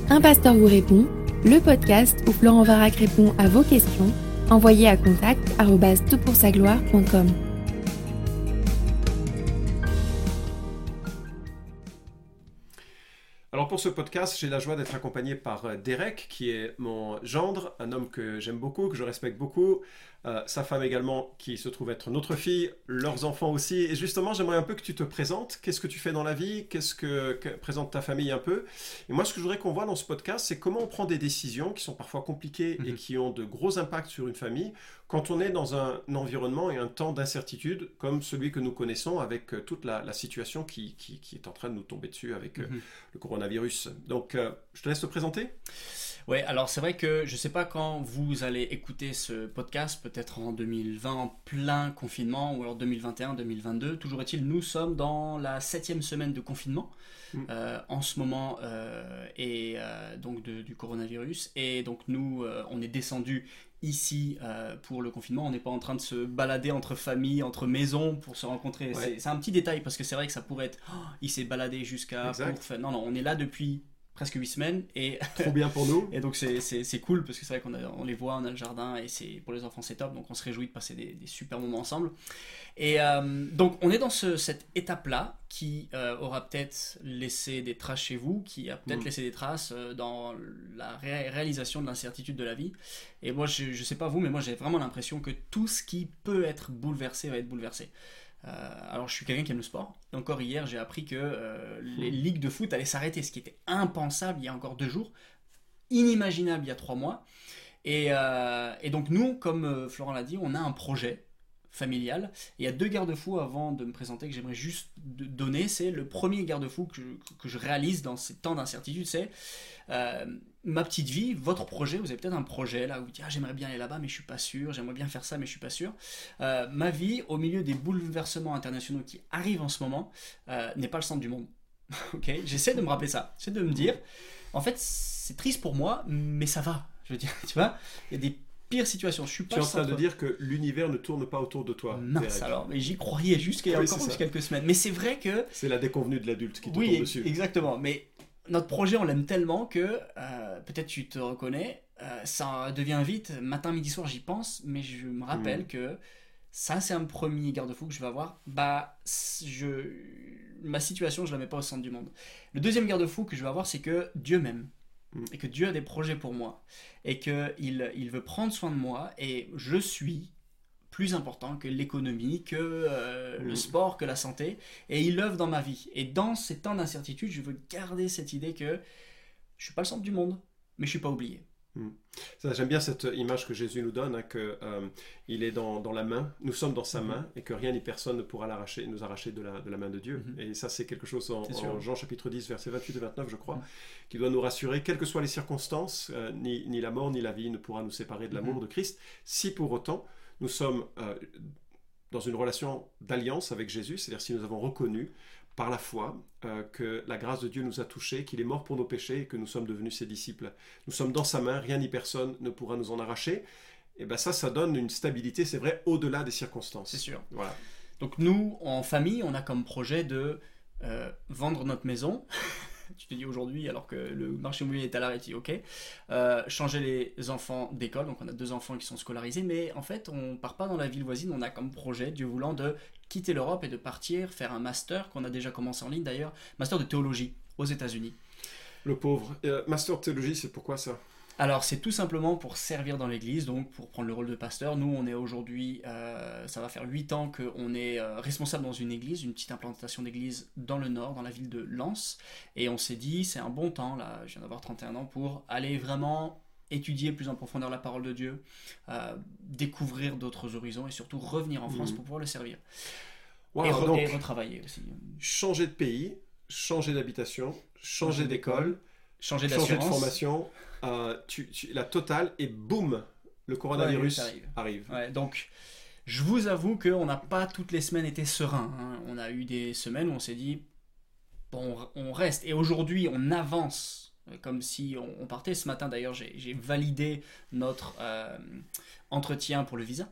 Un pasteur vous répond, le podcast où Florent Varac répond à vos questions, envoyez à contact@toutpoursagloire.com. Alors pour ce podcast, j'ai la joie d'être accompagné par Derek, qui est mon gendre, un homme que j'aime beaucoup, que je respecte beaucoup, sa femme également, qui se trouve être notre fille, leurs enfants aussi. Et justement, j'aimerais un peu que tu te présentes. Qu'est-ce que tu fais dans la vie? Qu'est-ce que présente ta famille un peu? Et moi, ce que je voudrais qu'on voit dans ce podcast, c'est comment on prend des décisions qui sont parfois compliquées et qui ont de gros impacts sur une famille quand on est dans un environnement et un temps d'incertitude comme celui que nous connaissons avec toute la situation qui est en train de nous tomber dessus avec le coronavirus. Donc, je te laisse te présenter. Ouais, alors c'est vrai que je ne sais pas quand vous allez écouter ce podcast, peut-être en 2020, en plein confinement, ou alors 2021, 2022. Toujours est-il, nous sommes dans la 7e semaine de confinement en ce moment, donc du coronavirus. Et donc nous, on est descendu ici pour le confinement. On n'est pas en train de se balader entre familles, entre maisons pour se rencontrer. Ouais. C'est un petit détail parce que c'est vrai que ça pourrait être il s'est baladé jusqu'à... Exact. Non, on est là depuis presque 8 semaines et Trop bien pour nous. et donc c'est cool parce que c'est vrai on les voit, on a le jardin et pour les enfants c'est top, donc on se réjouit de passer des super moments ensemble. Et donc on est dans cette étape-là qui aura peut-être laissé des traces chez vous, qui a peut-être laissé des traces dans la réalisation de l'incertitude de la vie. Et moi je sais pas vous, mais moi j'ai vraiment l'impression que tout ce qui peut être bouleversé va être bouleversé. Alors je suis quelqu'un qui aime le sport. Encore hier j'ai appris que les ligues de foot allaient s'arrêter, ce qui était impensable il y a encore 2 jours, inimaginable il y a 3 mois. Et donc nous, comme Florent l'a dit, on a un projet familial. Et il y a 2 garde-fous avant de me présenter que j'aimerais juste donner. C'est le premier garde-fou que je réalise dans ces temps d'incertitude, c'est ma petite vie, votre projet. Vous avez peut-être un projet là où vous dites j'aimerais bien aller là-bas mais je suis pas sûr, j'aimerais bien faire ça mais je suis pas sûr. Ma vie au milieu des bouleversements internationaux qui arrivent en ce moment n'est pas le centre du monde. Ok, j'essaie de me rappeler ça, j'essaie de me dire en fait c'est triste pour moi mais ça va. Je veux dire, tu vois, il y a des pires situations. Je suis pas Tu es en train de dire que l'univers ne tourne pas autour de toi. Mince alors, mais j'y croyais jusqu'à quelques semaines. Mais c'est vrai que... C'est la déconvenue de l'adulte qui te tombe dessus. Oui, exactement. Mais notre projet, on l'aime tellement que, peut-être tu te reconnais, ça devient vite, matin, midi, soir, j'y pense, mais je me rappelle que ça, c'est un premier garde-fou que je vais avoir. Ma situation, je la mets pas au centre du monde. Le deuxième garde-fou que je vais avoir, c'est que Dieu m'aime. Et que Dieu a des projets pour moi et qu'il veut prendre soin de moi et je suis plus important que l'économie, que le sport, que la santé, et il œuvre dans ma vie. Et dans ces temps d'incertitude, je veux garder cette idée que je suis pas le centre du monde, mais je suis pas oublié. Ça, j'aime bien cette image que Jésus nous donne, qu'il est dans la main, nous sommes dans sa main et que rien ni personne ne pourra nous arracher de la main de Dieu. Et ça, c'est quelque chose en Jean chapitre 10, versets 28 et 29, je crois, qui doit nous rassurer, quelles que soient les circonstances, ni la mort ni la vie ne pourra nous séparer de l'amour de Christ, si pour autant nous sommes dans une relation d'alliance avec Jésus, c'est-à-dire si nous avons reconnu par la foi que la grâce de Dieu nous a touchés, qu'il est mort pour nos péchés et que nous sommes devenus ses disciples. Nous sommes dans sa main, rien ni personne ne pourra nous en arracher. Et bien ça donne une stabilité, c'est vrai, au-delà des circonstances. C'est sûr. Voilà. Donc nous, en famille, on a comme projet de vendre notre maison. Tu te dis aujourd'hui, alors que le marché immobilier est à l'arrêt, ok. Changer les enfants d'école, donc on a 2 enfants qui sont scolarisés, mais en fait on part pas dans la ville voisine, on a comme projet, Dieu voulant, de quitter l'Europe et de partir faire un master qu'on a déjà commencé en ligne d'ailleurs, master de théologie aux États-Unis. Le pauvre. Master de théologie, c'est pourquoi ça ? Alors c'est tout simplement pour servir dans l'église, donc pour prendre le rôle de pasteur. Nous on est aujourd'hui, ça va faire 8 ans qu'on est responsable dans une église, une petite implantation d'église dans le nord, dans la ville de Lens. Et on s'est dit c'est un bon temps, là je viens d'avoir 31 ans, pour aller vraiment étudier plus en profondeur la parole de Dieu, découvrir d'autres horizons et surtout revenir en France pour pouvoir le servir. Wow, et retravailler aussi. Changer de pays, changer d'habitation, changer d'école, changer de formation, la totale, et boum, le coronavirus arrive. Ouais, donc, je vous avoue qu'on n'a pas toutes les semaines été serein. On a eu des semaines où on s'est dit, bon, on reste. Et aujourd'hui, on avance comme si on partait. Ce matin, d'ailleurs, j'ai validé notre entretien pour le visa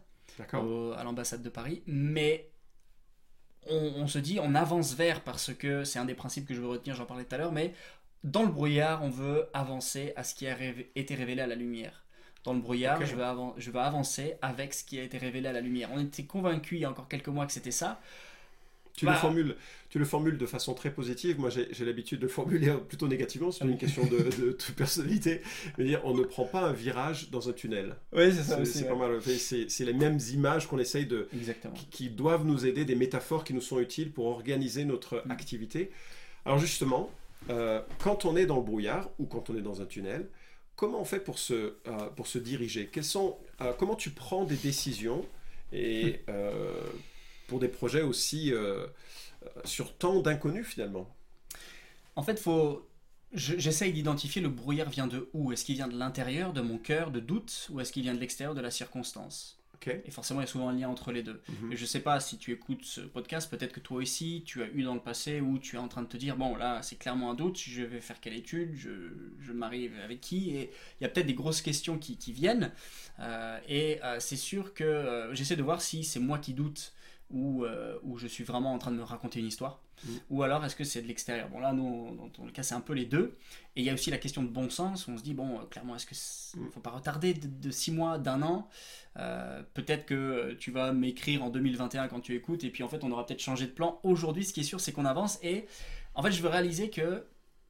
à l'ambassade de Paris. Mais on se dit, on avance vers, parce que c'est un des principes que je veux retenir, j'en parlais tout à l'heure, mais dans le brouillard, on veut avancer à ce qui a été révélé à la lumière. Dans le brouillard, Okay. je veux avancer avec ce qui a été révélé à la lumière. On était convaincus il y a encore quelques mois que c'était ça. Tu le formules de façon très positive. Moi, j'ai l'habitude de le formuler plutôt négativement. C'est une question de personnalité. Mais dire, on ne prend pas un virage dans un tunnel. Oui, c'est ça aussi. C'est pas mal. C'est les mêmes images qu'on essaye qui doivent nous aider, des métaphores qui nous sont utiles pour organiser notre activité. Alors justement, quand on est dans le brouillard ou quand on est dans un tunnel, comment on fait pour se diriger? Comment tu prends des décisions et pour des projets aussi sur tant d'inconnus finalement? En fait, j'essaye d'identifier le brouillard vient de où. Est-ce qu'il vient de l'intérieur, de mon cœur, de doute, ou est-ce qu'il vient de l'extérieur, de la circonstance? Okay. Et forcément, il y a souvent un lien entre les deux. Et je ne sais pas si tu écoutes ce podcast, peut-être que toi aussi, tu as eu dans le passé où tu es en train de te dire, bon là, c'est clairement un doute, je vais faire quelle étude, je m'arrive avec qui, et il y a peut-être des grosses questions qui viennent. C'est sûr que j'essaie de voir si c'est moi qui doute ou je suis vraiment en train de me raconter une histoire, ou alors est-ce que c'est de l'extérieur. Bon là, nous, dans le cas, c'est un peu les deux. Et il y a aussi la question de bon sens, on se dit, bon, clairement, est-ce qu'il ne faut pas retarder de 6 mois, d'un an? Peut-être que tu vas m'écrire en 2021 quand tu écoutes, et puis en fait, on aura peut-être changé de plan. Aujourd'hui, ce qui est sûr, c'est qu'on avance, et en fait, je veux réaliser que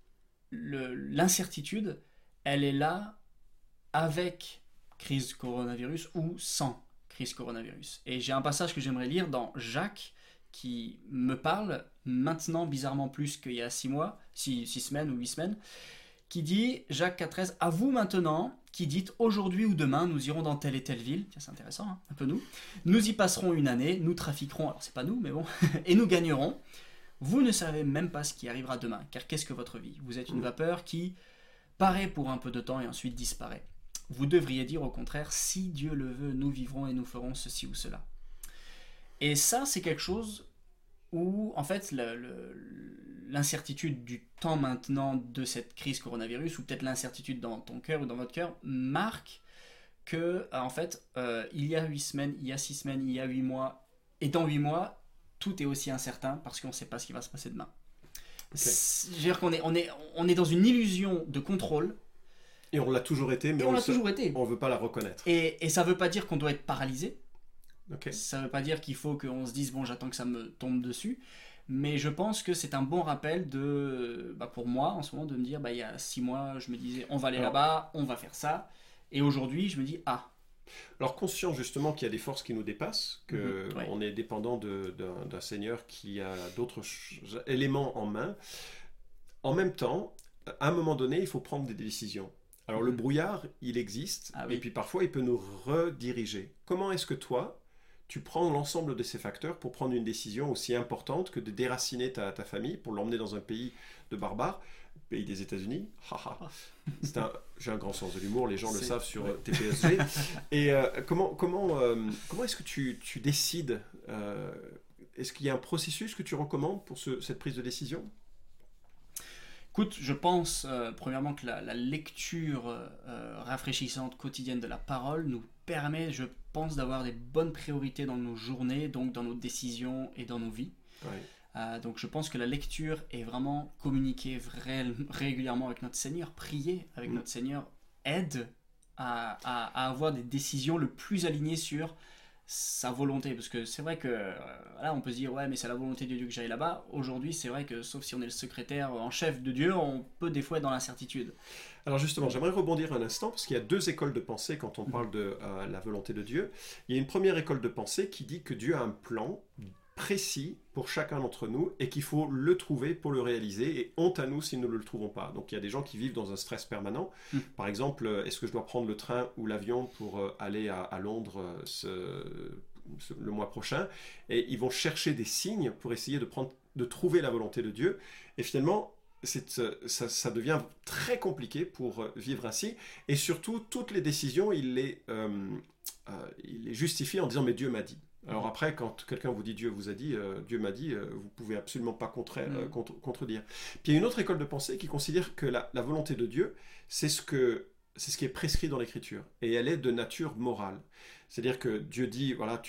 l'incertitude, elle est là avec crise coronavirus ou sans crise coronavirus. Et j'ai un passage que j'aimerais lire dans Jacques qui me parle maintenant bizarrement plus qu'il y a 6 mois, 6 semaines ou 8 semaines, qui dit, Jacques 4,13, à vous maintenant qui dites aujourd'hui ou demain nous irons dans telle et telle ville, tiens, c'est intéressant, hein, un peu nous y passerons une année, nous trafiquerons, alors c'est pas nous mais bon, et nous gagnerons. Vous ne savez même pas ce qui arrivera demain, car qu'est-ce que votre vie? Vous êtes une vapeur qui paraît pour un peu de temps et ensuite disparaît. Vous devriez dire au contraire, si Dieu le veut, nous vivrons et nous ferons ceci ou cela. Et ça, c'est quelque chose où, en fait, l'incertitude du temps maintenant de cette crise coronavirus, ou peut-être l'incertitude dans ton cœur ou dans votre cœur, marque que, en fait, il y a 8 semaines, il y a 6 semaines, il y a 8 mois, et dans 8 mois, tout est aussi incertain parce qu'on ne sait pas ce qui va se passer demain. Okay. Je veux dire qu'on est dans une illusion de contrôle. Et on l'a toujours été, mais on ne veut pas la reconnaître. Et ça ne veut pas dire qu'on doit être paralysé. Okay. Ça ne veut pas dire qu'il faut qu'on se dise, bon, j'attends que ça me tombe dessus. Mais je pense que c'est un bon rappel pour moi, en ce moment, de me dire, il y a 6 mois, je me disais, on va aller là-bas, on va faire ça. Et aujourd'hui, je me dis, Alors, conscient justement qu'il y a des forces qui nous dépassent, qu'on est dépendant d'un Seigneur qui a d'autres éléments en main. En même temps, à un moment donné, il faut prendre des décisions. Alors, le brouillard, il existe, et puis parfois, il peut nous rediriger. Comment est-ce que toi, tu prends l'ensemble de ces facteurs pour prendre une décision aussi importante que de déraciner ta famille pour l'emmener dans un pays de barbares, pays des États-Unis? J'ai un grand sens de l'humour, les gens le savent sur TPSG. Et comment est-ce que tu décides? Est-ce qu'il y a un processus que tu recommandes pour cette prise de décision? Écoute, je pense premièrement que la lecture rafraîchissante quotidienne de la parole nous permet, je pense, d'avoir des bonnes priorités dans nos journées, donc dans nos décisions et dans nos vies. Ouais. Donc je pense que la lecture est vraiment communiquer régulièrement avec notre Seigneur, prier avec notre Seigneur aide à avoir des décisions le plus alignées sur sa volonté, parce que c'est vrai que là on peut se dire ouais mais c'est la volonté de Dieu que j'aille là-bas. Aujourd'hui c'est vrai que sauf si on est le secrétaire en chef de Dieu, on peut des fois être dans l'incertitude. Alors justement, j'aimerais rebondir un instant parce qu'il y a 2 écoles de pensée quand on parle de la volonté de Dieu. Il y a une première école de pensée qui dit que Dieu a un plan précis pour chacun d'entre nous et qu'il faut le trouver pour le réaliser, et honte à nous si nous ne le trouvons pas. Donc il y a des gens qui vivent dans un stress permanent. Par exemple, est-ce que je dois prendre le train ou l'avion pour aller à Londres le mois prochain? Et ils vont chercher des signes pour essayer de trouver la volonté de Dieu, et finalement ça devient très compliqué pour vivre ainsi, et surtout toutes les décisions il les justifie en disant mais Dieu m'a dit. Alors après, quand quelqu'un vous dit Dieu vous a dit, Dieu m'a dit, vous pouvez absolument pas contredire. Puis il y a une autre école de pensée qui considère que la volonté de Dieu, c'est ce qui est prescrit dans l'Écriture, et elle est de nature morale. C'est-à-dire que Dieu dit, voilà,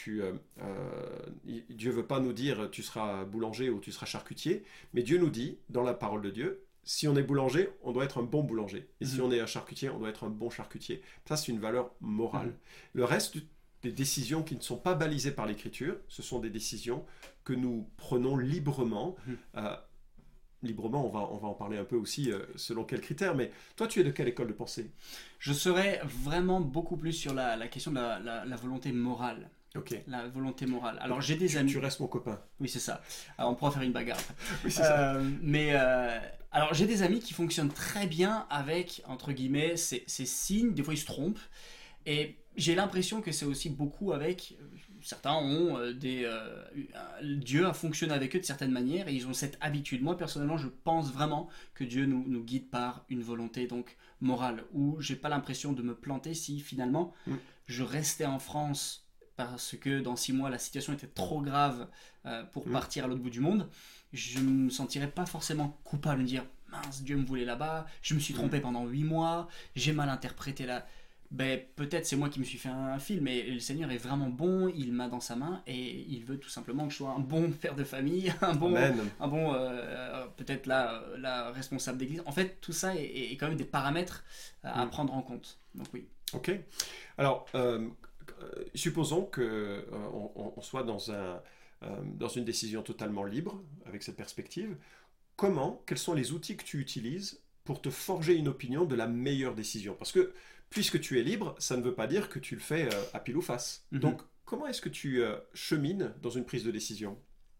Dieu veut pas nous dire tu seras boulanger ou tu seras charcutier, mais Dieu nous dit dans la parole de Dieu, si on est boulanger, on doit être un bon boulanger. Et si on est un charcutier, on doit être un bon charcutier. Ça, c'est une valeur morale. Le reste des décisions qui ne sont pas balisées par l'écriture, ce sont des décisions que nous prenons librement. Librement, on va en parler un peu aussi selon quels critères. Mais toi, tu es de quelle école de pensée? Je serais vraiment beaucoup plus sur la question de la volonté morale. Ok. La volonté morale. Alors j'ai des amis. Tu restes mon copain. Oui, c'est ça. Alors, on pourra faire une bagarre après. Oui, c'est ça. Mais alors j'ai des amis qui fonctionnent très bien avec, entre guillemets, ces signes. Des fois ils se trompent. Et j'ai l'impression que c'est aussi beaucoup avec. Certains ont Dieu a fonctionné avec eux de certaines manières et ils ont cette habitude. Moi personnellement, je pense vraiment que Dieu nous guide par une volonté donc morale, où j'ai pas l'impression de me planter si finalement je restais en France parce que dans 6 mois la situation était trop grave pour partir à l'autre bout du monde. Je me sentirais pas forcément coupable de me dire mince, Dieu me voulait là-bas, je me suis trompé pendant 8 mois, j'ai mal interprété là. Ben, peut-être c'est moi qui me suis fait un film, mais le Seigneur est vraiment bon, il m'a dans sa main et il veut tout simplement que je sois un bon père de famille, un bon peut-être la responsable d'église. En fait, tout ça est quand même des paramètres à prendre en compte. Donc oui. Ok. Alors, supposons que on soit dans une décision totalement libre avec cette perspective. Quels sont les outils que tu utilises pour te forger une opinion de la meilleure décision? Parce que puisque tu es libre, ça ne veut pas dire que tu le fais à pile ou face. Donc, comment est-ce que tu chemines dans une prise de décision?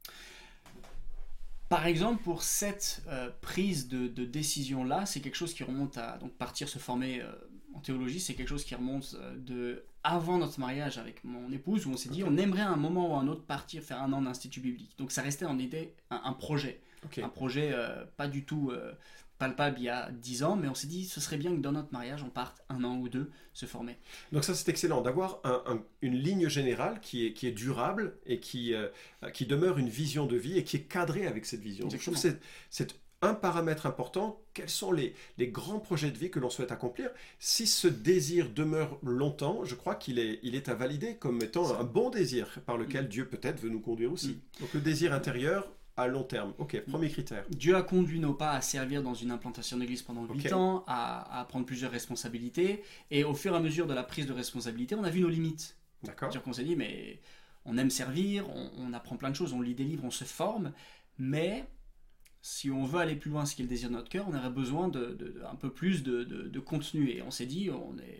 Par exemple, pour cette prise de décision-là, c'est quelque chose qui remonte à donc, partir se former en théologie, c'est quelque chose qui remonte de avant notre mariage avec mon épouse, où on s'est dit on aimerait à un moment ou à un autre partir faire 1 an d'institut biblique. Donc ça restait en idée un projet. Un projet pas du tout palpable il y a 10 ans, mais on s'est dit ce serait bien que dans notre mariage on parte 1 an ou 2 se former. Donc ça c'est excellent d'avoir une ligne générale qui est durable et qui demeure une vision de vie et qui est cadrée avec cette vision. Je trouve que c'est un paramètre important. Quels sont les grands projets de vie que l'on souhaite accomplir? Si ce désir demeure longtemps, je crois qu'il est à valider comme étant un bon désir par lequel Dieu peut-être veut nous conduire aussi. Donc le désir intérieur à long terme. Ok, premier critère. Dieu a conduit nos pas à servir dans une implantation d'église pendant 8 ans, à prendre plusieurs responsabilités, et au fur et à mesure de la prise de responsabilité, on a vu nos limites. D'accord. C'est-à-dire qu'on s'est dit, mais on aime servir, on apprend plein de choses, on lit des livres, on se forme, mais si on veut aller plus loin, ce qui est le désir de notre cœur, on aurait besoin un peu plus de contenu. Et on s'est dit,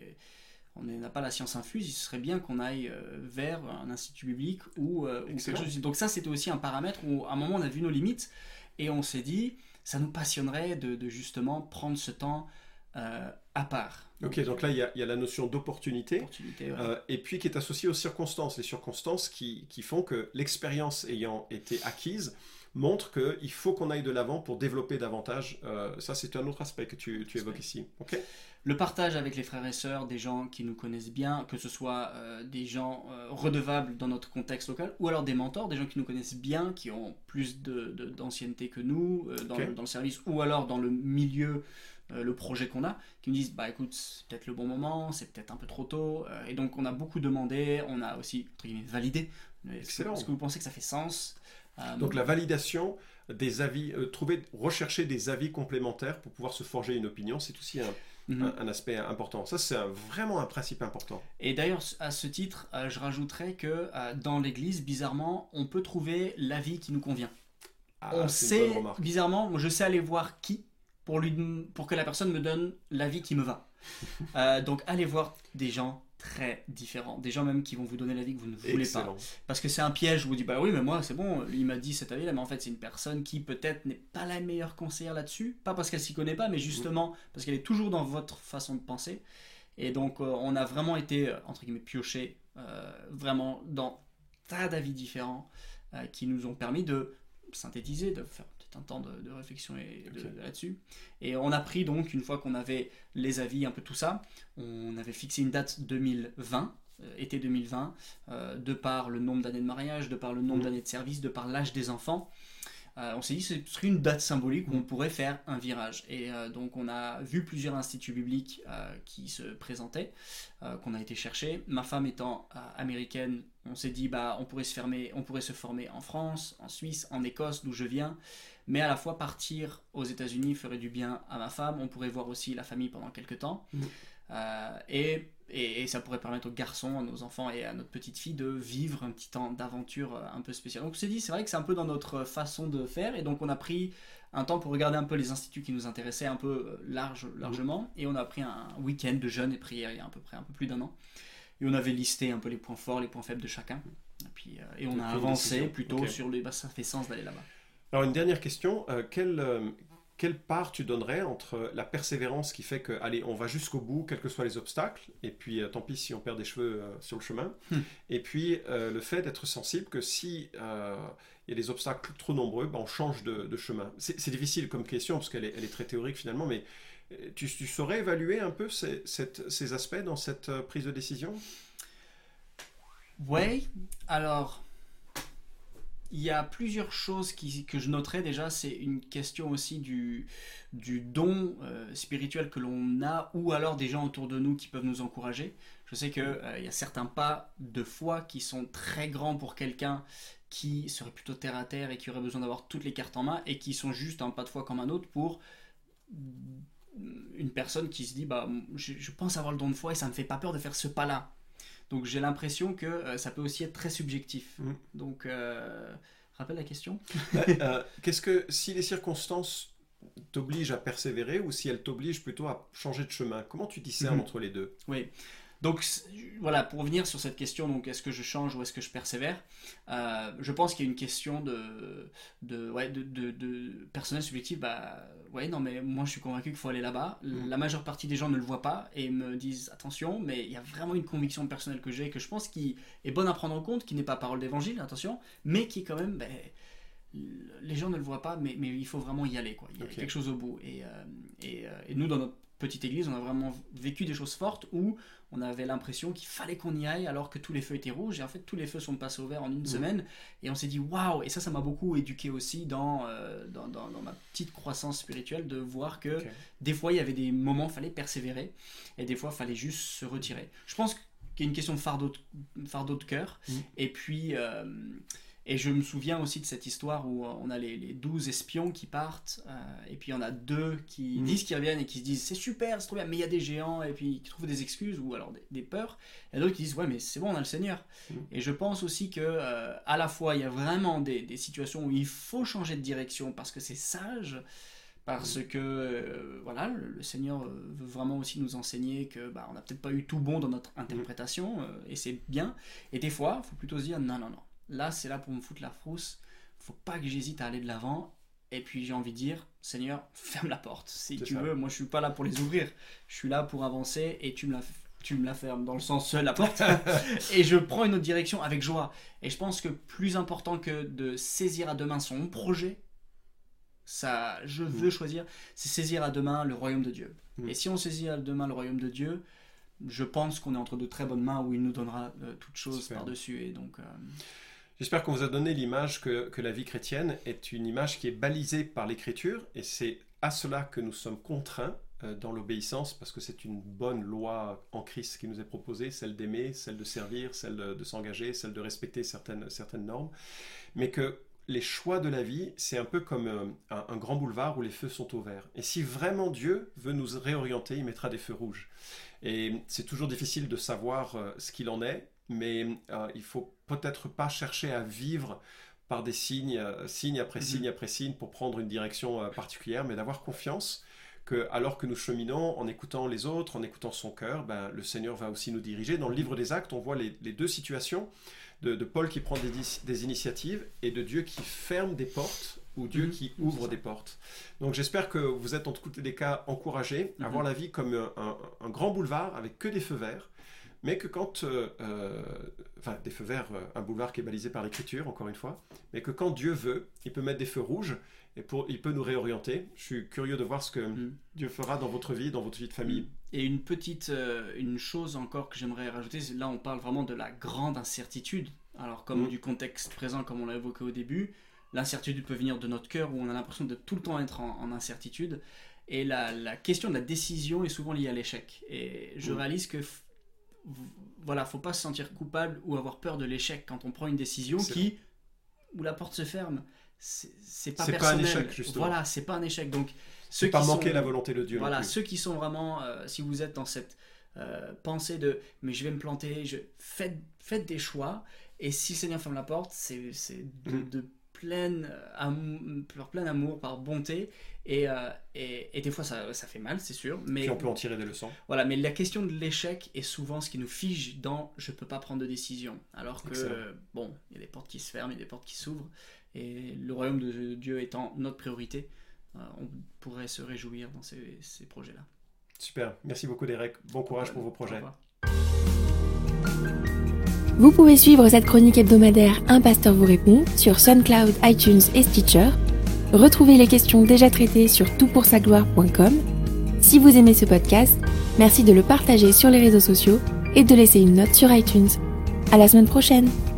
on n'a pas la science infuse, il serait bien qu'on aille vers un institut biblique ou quelque chose. Donc ça, c'était aussi un paramètre où à un moment on a vu nos limites et on s'est dit, ça nous passionnerait de justement prendre ce temps à part. Ok, donc là il y a la notion d'opportunité, et puis qui est associée aux circonstances. Les circonstances qui font que l'expérience ayant été acquise montre qu'il faut qu'on aille de l'avant pour développer davantage. Ça, c'est un autre aspect que tu évoques ici. Okay. Le partage avec les frères et sœurs, des gens qui nous connaissent bien, que ce soit des gens redevables dans notre contexte local, ou alors des mentors, des gens qui nous connaissent bien, qui ont plus d'ancienneté que nous dans le service, ou alors dans le milieu, le projet qu'on a, qui nous disent, bah écoute, c'est peut-être le bon moment, c'est peut-être un peu trop tôt, et donc on a beaucoup demandé, on a aussi, entre guillemets, validé. Est-ce que vous pensez que ça fait sens? Donc la validation des avis, rechercher des avis complémentaires pour pouvoir se forger une opinion, c'est aussi un aspect important. Ça, c'est vraiment un principe important. Et d'ailleurs, à ce titre, je rajouterais que dans l'Église, bizarrement, on peut trouver l'avis qui nous convient. On sait, bizarrement, moi, je sais aller voir qui pour que la personne me donne l'avis qui me va. Donc, allez voir des gens très différents, des gens même qui vont vous donner l'avis que vous ne voulez pas, parce que c'est un piège. Je vous dis bah oui mais moi c'est bon, il m'a dit cet avis là, mais en fait c'est une personne qui peut-être n'est pas la meilleure conseillère là-dessus, pas parce qu'elle s'y connaît pas, mais justement parce qu'elle est toujours dans votre façon de penser. Et donc on a vraiment été entre guillemets pioché vraiment dans tas d'avis différents qui nous ont permis de synthétiser, de faire un temps de réflexion là-dessus. Et on a pris donc, une fois qu'on avait les avis, un peu tout ça, on avait fixé une date 2020, été 2020, de par le nombre d'années de mariage, de par le nombre d'années de service, de par l'âge des enfants. on s'est dit que ce serait une date symbolique où on pourrait faire un virage. Et donc on a vu plusieurs instituts bibliques qui se présentaient, qu'on a été chercher. Ma femme étant américaine, on s'est dit on pourrait se former en France, en Suisse, en Écosse, d'où je viens. Mais à la fois partir aux États-Unis ferait du bien à ma femme. On pourrait voir aussi la famille pendant quelques temps. Et ça pourrait permettre aux garçons, à nos enfants et à notre petite fille de vivre un petit temps d'aventure un peu spécial. Donc on s'est dit, c'est vrai que c'est un peu dans notre façon de faire, et donc on a pris un temps pour regarder un peu les instituts qui nous intéressaient un peu largement, et on a pris un week-end de jeûne et prière il y a à peu près un peu plus d'un an, et on avait listé un peu les points forts, les points faibles de chacun, et on a avancé plutôt sur ça fait sens d'aller là-bas. Alors une dernière question, quelle part tu donnerais entre la persévérance qui fait que, allez, on va jusqu'au bout, quels que soient les obstacles, et puis tant pis si on perd des cheveux sur le chemin, et puis le fait d'être sensible que si il y a des obstacles trop nombreux, on change de chemin. C'est difficile comme question parce qu'elle est très théorique finalement, mais tu saurais évaluer un peu ces aspects dans cette prise de décision? Oui, alors... Il y a plusieurs choses que je noterais. Déjà, c'est une question aussi du don spirituel que l'on a, ou alors des gens autour de nous qui peuvent nous encourager. Je sais qu'il y a certains pas de foi qui sont très grands pour quelqu'un qui serait plutôt terre à terre et qui aurait besoin d'avoir toutes les cartes en main, et qui sont juste un pas de foi comme un autre pour une personne qui se dit je pense avoir le don de foi et ça ne me fait pas peur de faire ce pas-là. Donc j'ai l'impression que ça peut aussi être très subjectif. Donc, rappelle la question. Qu'est-ce que, si les circonstances t'obligent à persévérer ou si elles t'obligent plutôt à changer de chemin, comment tu discernes entre les deux? Oui. Donc voilà, pour revenir sur cette question, donc est-ce que je change ou est-ce que je persévère, je pense qu'il y a une question de personnel subjectif. Non, mais moi je suis convaincu qu'il faut aller là-bas. La majeure partie des gens ne le voient pas et me disent attention, mais il y a vraiment une conviction personnelle que j'ai, que je pense qui est bonne à prendre en compte, qui n'est pas parole d'évangile, attention, mais qui est quand même, les gens ne le voient pas, mais il faut vraiment y aller, quoi. Il y a quelque chose au bout. Et nous, dans notre petite église, on a vraiment vécu des choses fortes où on avait l'impression qu'il fallait qu'on y aille alors que tous les feux étaient rouges, et en fait tous les feux sont passés au vert en une semaine, et on s'est dit waouh. Et ça m'a beaucoup éduqué aussi dans ma petite croissance spirituelle, de voir que des fois il y avait des moments où il fallait persévérer et des fois il fallait juste se retirer. Je pense qu'il y a une question de fardeau de cœur. Et puis et je me souviens aussi de cette histoire où on a les 12 espions qui partent, et puis il y en a 2 qui disent qu'ils reviennent et qui se disent c'est super, c'est trop bien, mais il y a des géants, et puis qui trouvent des excuses ou alors des peurs, et d'autres qui disent ouais mais c'est bon, on a le Seigneur. Et je pense aussi que à la fois il y a vraiment des situations où il faut changer de direction parce que c'est sage, parce que le Seigneur veut vraiment aussi nous enseigner que on n'a peut-être pas eu tout bon dans notre interprétation, et c'est bien, et des fois il faut plutôt se dire non, là c'est là pour me foutre la frousse, faut pas que j'hésite à aller de l'avant. Et puis j'ai envie de dire, Seigneur, ferme la porte si tu veux, moi je suis pas là pour les ouvrir, je suis là pour avancer, et tu me la fermes dans le sens la porte et je prends une autre direction avec joie. Et je pense que plus important que de saisir à deux mains son projet, ça je veux choisir, c'est saisir à deux mains le royaume de Dieu. Et si on saisit à deux mains le royaume de Dieu, je pense qu'on est entre de très bonnes mains où il nous donnera toutes choses par-dessus. Et donc j'espère qu'on vous a donné l'image que la vie chrétienne est une image qui est balisée par l'Écriture, et c'est à cela que nous sommes contraints dans l'obéissance, parce que c'est une bonne loi en Christ qui nous est proposée, celle d'aimer, celle de servir, celle de s'engager, celle de respecter certaines normes, mais que les choix de la vie, c'est un peu comme un grand boulevard où les feux sont au vert. Et si vraiment Dieu veut nous réorienter, il mettra des feux rouges. Et c'est toujours difficile de savoir ce qu'il en est, mais il faut peut-être pas chercher à vivre par des signe après signe après signe pour prendre une direction particulière, mais d'avoir confiance que, alors que nous cheminons en écoutant les autres, en écoutant son cœur, le Seigneur va aussi nous diriger. Dans le livre des Actes, on voit les deux situations de Paul qui prend des initiatives et de Dieu qui ferme des portes ou Dieu qui ouvre des portes. Donc j'espère que vous êtes en tous les cas encouragés à voir la vie comme un grand boulevard avec que des feux verts, mais que quand, des feux verts, un boulevard qui est balisé par l'Écriture, encore une fois, mais que quand Dieu veut, il peut mettre des feux rouges et il peut nous réorienter. Je suis curieux de voir ce que Dieu fera dans votre vie de famille. Et une chose encore que j'aimerais rajouter, c'est là on parle vraiment de la grande incertitude. Alors comme du contexte présent, comme on l'a évoqué au début, l'incertitude peut venir de notre cœur, où on a l'impression de tout le temps être en incertitude. Et la question de la décision est souvent liée à l'échec. Et je réalise que voilà, faut pas se sentir coupable ou avoir peur de l'échec quand on prend une décision où la porte se ferme. C'est pas personnel. C'est pas un échec, justement. Voilà, c'est pas un échec. Donc, c'est pas manquer la volonté de Dieu. Voilà, ceux qui sont vraiment, si vous êtes dans cette pensée de mais je vais me planter, faites des choix. Et si le Seigneur ferme la porte, c'est de plein amour, par bonté, et des fois ça fait mal, c'est sûr, mais puis on peut en tirer des leçons. Voilà, mais la question de l'échec est souvent ce qui nous fige dans je peux pas prendre de décision, alors que bon, il y a des portes qui se ferment, il y a des portes qui s'ouvrent, et le royaume de Dieu étant notre priorité, on pourrait se réjouir dans ces projets-là. Super, merci beaucoup Derek, bon courage pour vos projets. Vous pouvez suivre cette chronique hebdomadaire Un pasteur vous répond sur SoundCloud, iTunes et Stitcher. Retrouvez les questions déjà traitées sur toutpoursagloire.com. Si vous aimez ce podcast, merci de le partager sur les réseaux sociaux et de laisser une note sur iTunes. À la semaine prochaine!